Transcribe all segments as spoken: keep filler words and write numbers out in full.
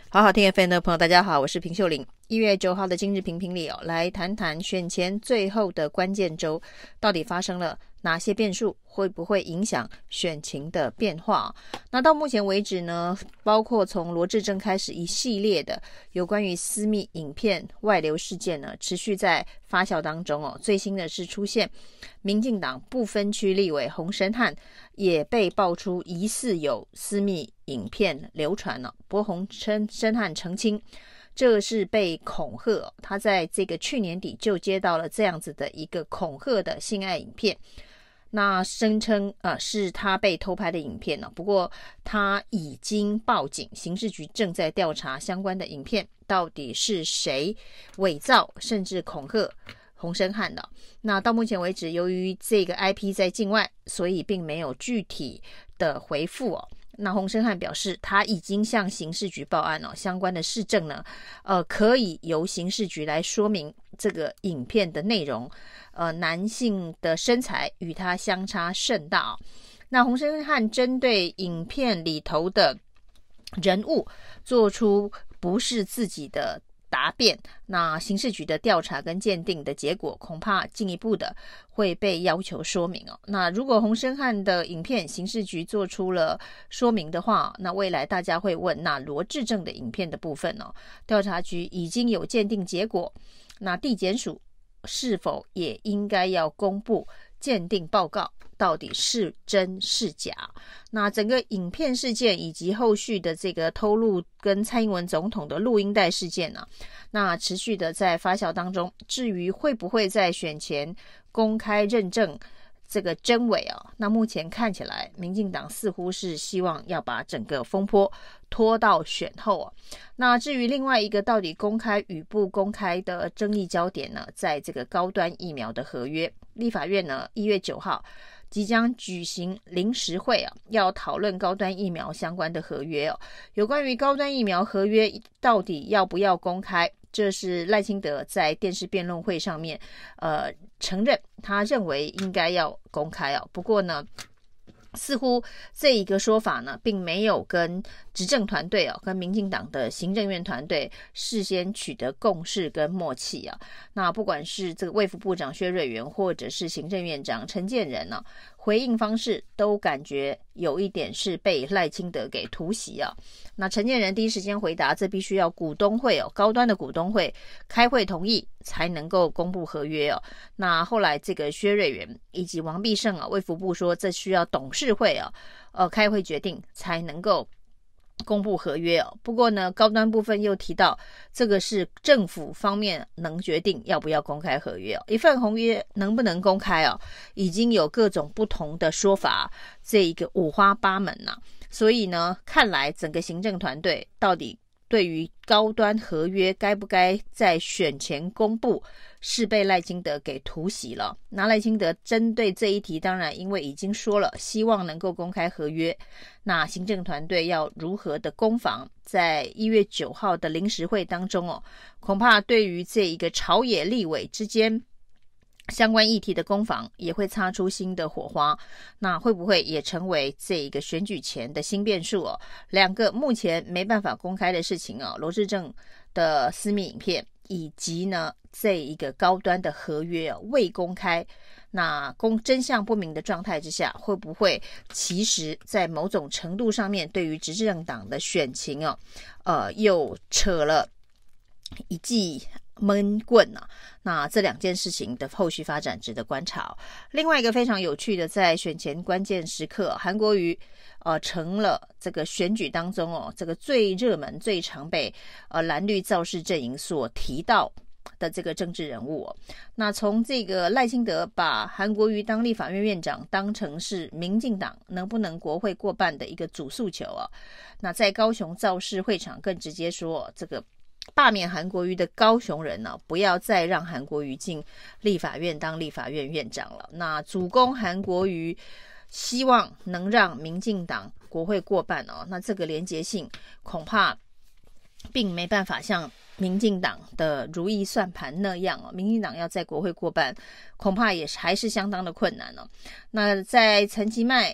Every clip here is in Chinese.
好好听 F M 的朋友大家好，我是平秀玲。一月九号的今日评评理哦，来谈谈选前最后的关键周到底发生了哪些变数，会不会影响选情的变化。那到目前为止呢，包括从罗致政开始一系列的有关于私密影片外流事件呢，持续在发酵当中哦。最新的是出现民进党不分区立委洪申翰也被爆出疑似有私密影片流传了，不过洪申翰澄清这是被恐吓，他在这个去年底就接到了这样子的一个恐吓的性爱影片，那声称呃是他被偷拍的影片呢。不过他已经报警，刑事局正在调查相关的影片到底是谁伪造甚至恐吓洪申翰的。那到目前为止，由于这个 I P 在境外，所以并没有具体的回复哦。那洪申翰表示，他已经向刑事局报案了，相关的事证呢，呃，可以由刑事局来说明这个影片的内容。呃，男性的身材与他相差甚大哦。那洪申翰针对影片里头的人物做出不是自己的答辩，那刑事局的调查跟鉴定的结果恐怕进一步的会被要求说明哦。那如果洪申翰的影片刑事局做出了说明的话，那未来大家会问，那罗致政的影片的部分哦，调查局已经有鉴定结果，那地检署是否也应该要公布鉴定报告到底是真是假。那整个影片事件以及后续的这个偷录跟蔡英文总统的录音带事件呢、啊，那持续的在发酵当中。至于会不会在选前公开认证这个真伪啊，那目前看起来民进党似乎是希望要把整个风波拖到选后啊。那至于另外一个到底公开与不公开的争议焦点呢，在这个高端疫苗的合约，立法院呢一月九号即将举行临时会啊，要讨论高端疫苗相关的合约哦。有关于高端疫苗合约到底要不要公开，这是赖清德在电视辩论会上面呃承认，他认为应该要公开哦。不过呢，似乎这一个说法呢，并没有跟执政团队哦，跟民进党的行政院团队事先取得共识跟默契啊。那不管是这个卫福部长薛瑞元，或者是行政院长陈建仁呢、啊，回应方式都感觉有一点是被赖清德给突袭啊。那陈建仁第一时间回答，这必须要股东会哦，高端的股东会开会同意才能够公布合约哦。那后来这个薛瑞元以及王必胜啊，卫福部说这需要董事会啊，呃，开会决定才能够公布合约哦。不过呢，高端部分又提到，这个是政府方面能决定要不要公开合约哦。一份合约能不能公开哦，已经有各种不同的说法，这一个五花八门呐、啊。所以呢，看来整个行政团队到底对于高端合约该不该在选前公布，是被赖清德给突袭了。那赖清德针对这一题，当然因为已经说了希望能够公开合约，那行政团队要如何的攻防，在一月九号的临时会当中哦，恐怕对于这一个朝野立委之间相关议题的攻防也会擦出新的火花，那会不会也成为这一个选举前的新变数哦？两个目前没办法公开的事情哦，罗致政的私密影片以及呢这一个高端的合约哦未公开，那公真相不明的状态之下，会不会其实在某种程度上面对于执政党的选情哦，呃又扯了一记闷棍啊？那这两件事情的后续发展值得观察、哦。另外一个非常有趣的，在选前关键时刻，韩国瑜呃成了这个选举当中哦，这个最热门、最常被呃蓝绿造势阵营所提到的这个政治人物、哦。那从这个赖清德把韩国瑜当立法院院长当成是民进党能不能国会过半的一个主诉求啊，那在高雄造势会场更直接说，这个罢免韩国瑜的高雄人呢、啊，不要再让韩国瑜进立法院当立法院院长了。那主攻韩国瑜，希望能让民进党国会过半哦。那这个连结性恐怕并没办法像民进党的如意算盘那样哦，民进党要在国会过半，恐怕也还是相当的困难哦。那在陈其迈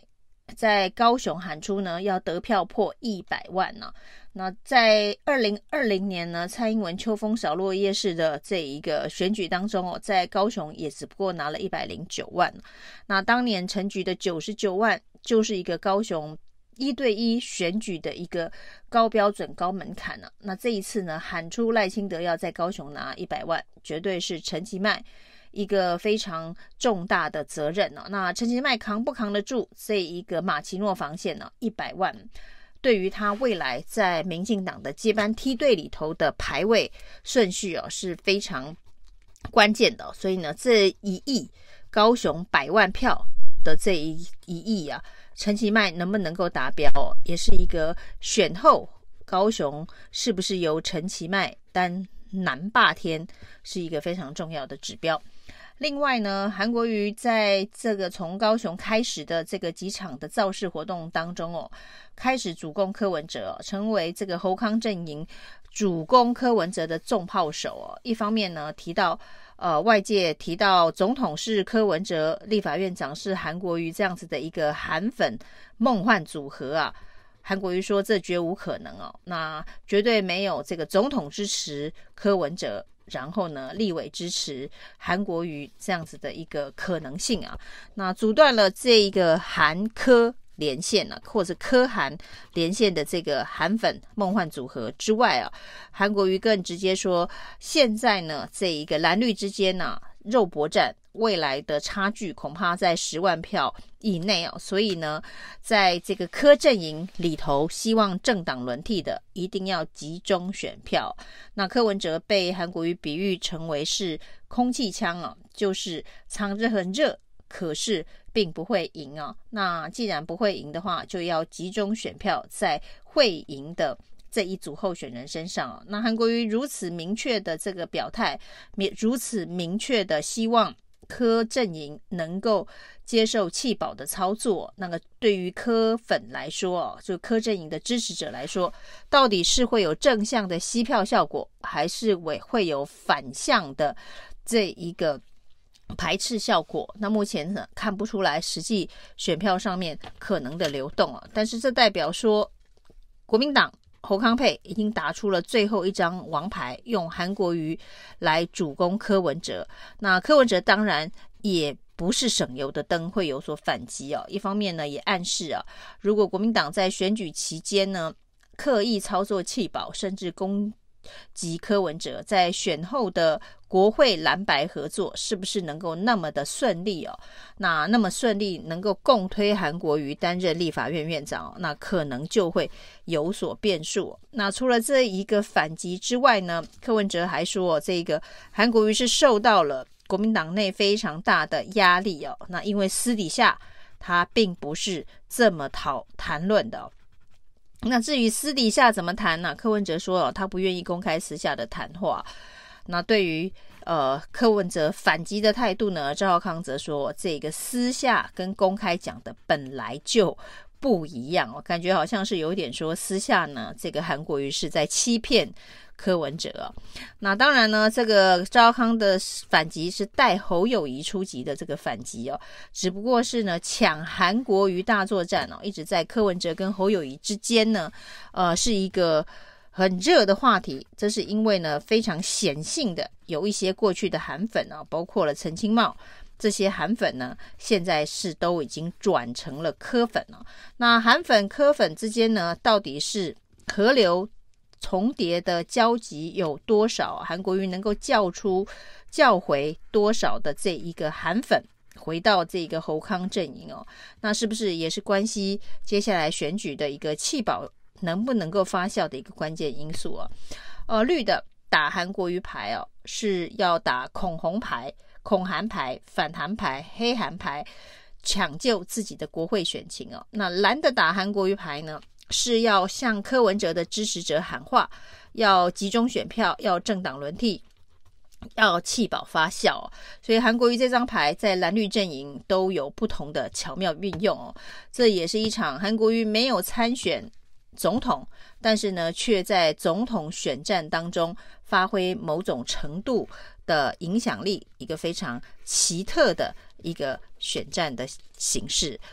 在高雄喊出呢要得票破一百万呢、啊。那在二零二零年呢，蔡英文秋风扫落叶式的这一个选举当中哦，在高雄也只不过拿了一百零九万。那当年陈菊的九十九万就是一个高雄一对一选举的一个高标准高门槛啊。那这一次呢，喊出赖清德要在高雄拿一百万，绝对是陈其迈一个非常重大的责任呢、啊。那陈其迈扛不扛得住这一个马奇诺防线呢？一百万对于他未来在民进党的接班梯队里头的排位顺序哦是非常关键的。所以呢，这一亿高雄百万票的这一一亿啊，陈其迈能不能够达标，也是一个选后高雄是不是由陈其迈担南霸天，是一个非常重要的指标。另外呢，韩国瑜在这个从高雄开始的这个几场的造势活动当中哦，开始主攻柯文哲、哦，成为这个侯康阵营主攻柯文哲的重炮手哦。一方面呢，提到呃外界提到总统是柯文哲，立法院长是韩国瑜这样子的一个韩粉梦幻组合啊。韩国瑜说这绝无可能哦，那绝对没有这个总统支持柯文哲，然后呢立委支持韩国瑜这样子的一个可能性啊，那阻断了这一个韩柯连线啊，或者柯韩连线的这个韩粉梦幻组合之外啊，韩国瑜更直接说，现在呢这一个蓝绿之间啊肉搏战，未来的差距恐怕在十万票以内哦，所以呢，在这个柯阵营里头，希望政党轮替的一定要集中选票。那柯文哲被韩国瑜比喻成为是空气枪啊，就是藏着很热，可是并不会赢啊。那既然不会赢的话，就要集中选票在会赢的这一组候选人身上。那韩国瑜如此明确的这个表态，如此明确的希望柯阵营能够接受弃保的操作，那个对于柯粉来说，就柯阵营的支持者来说，到底是会有正向的吸票效果，还是会有反向的这一个排斥效果？那目前呢看不出来实际选票上面可能的流动啊，但是这代表说国民党侯康配已经打出了最后一张王牌，用韩国瑜来主攻柯文哲。那柯文哲当然也不是省油的灯，会有所反击哦。一方面呢，也暗示啊，如果国民党在选举期间呢刻意操作弃保，甚至攻击柯文哲，在选后的国会蓝白合作是不是能够那么的顺利哦？那那么顺利能够共推韩国瑜担任立法院院长、哦、那可能就会有所变数。那除了这一个反击之外呢，柯文哲还说、哦、这个韩国瑜是受到了国民党内非常大的压力哦。那因为私底下他并不是这么讨谈论的、哦。那至于私底下怎么谈呢、啊？柯文哲说、哦、他不愿意公开私下的谈话。那对于呃柯文哲反击的态度呢，赵少康则说，这个私下跟公开讲的本来就不一样哦，感觉好像是有点说私下呢，这个韩国瑜是在欺骗柯文哲、哦。那当然呢，这个赵少康的反击是带侯友宜出击的这个反击哦，只不过是呢抢韩国瑜大作战哦，一直在柯文哲跟侯友宜之间呢，呃是一个很热的话题。这是因为呢非常显性的有一些过去的韩粉啊，包括了陈清茂，这些韩粉呢现在是都已经转成了柯粉了。那韩粉柯粉之间呢，到底是河流重叠的交集有多少？韩国瑜能够叫出叫回多少的这一个韩粉回到这个侯康阵营哦？那是不是也是关系接下来选举的一个弃保能不能够发酵的一个关键因素啊？呃，绿的打韩国瑜牌哦，是要打恐红牌、恐韩牌、反韩牌、黑韩牌，抢救自己的国会选情哦。那蓝的打韩国瑜牌呢，是要向柯文哲的支持者喊话，要集中选票，要政党轮替，要弃保发酵、哦、所以韩国瑜这张牌在蓝绿阵营都有不同的巧妙运用哦。这也是一场韩国瑜没有参选总统，但是呢却在总统选战当中发挥某种程度的影响力，一个非常奇特的一个选战的形式。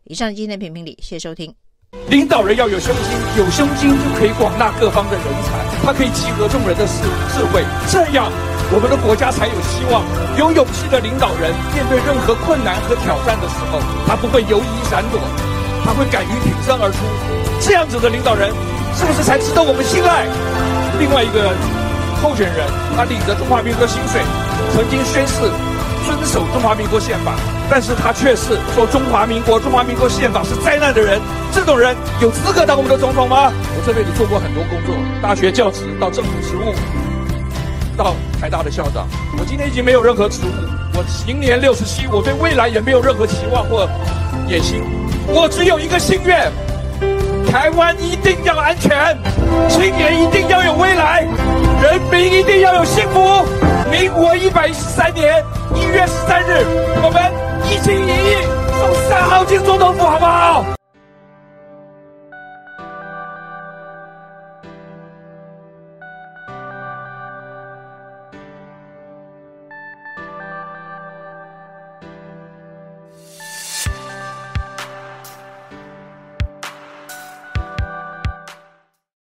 以上今天的评评理，谢谢收听。 领导人要有胸襟，有胸襟就可以广纳各方的人才，他可以集合众人的智智慧，这样我们的国家才有希望。有勇气的领导人，面对任何困难和挑战的时候，他不会犹疑闪躲，他会敢于挺身而出。这样子的领导人，是不是才值得我们信赖？另外一个候选人，他领着中华民国薪水，曾经宣誓遵守中华民国宪法，但是他却是说中华民国中华民国宪法是灾难的人，这种人有资格当我们的总统吗？我这辈子做过很多工作，大学教职到政府职务，到台大的校长，我今天已经没有任何职务，我今年六十七，我对未来也没有任何期望或野心，我只有一个心愿，台湾一定要安全，青年一定要有未来，人民一定要有幸福。民国一百一十三年一月十三日，我们一起一亿送三号进总统府，好不好？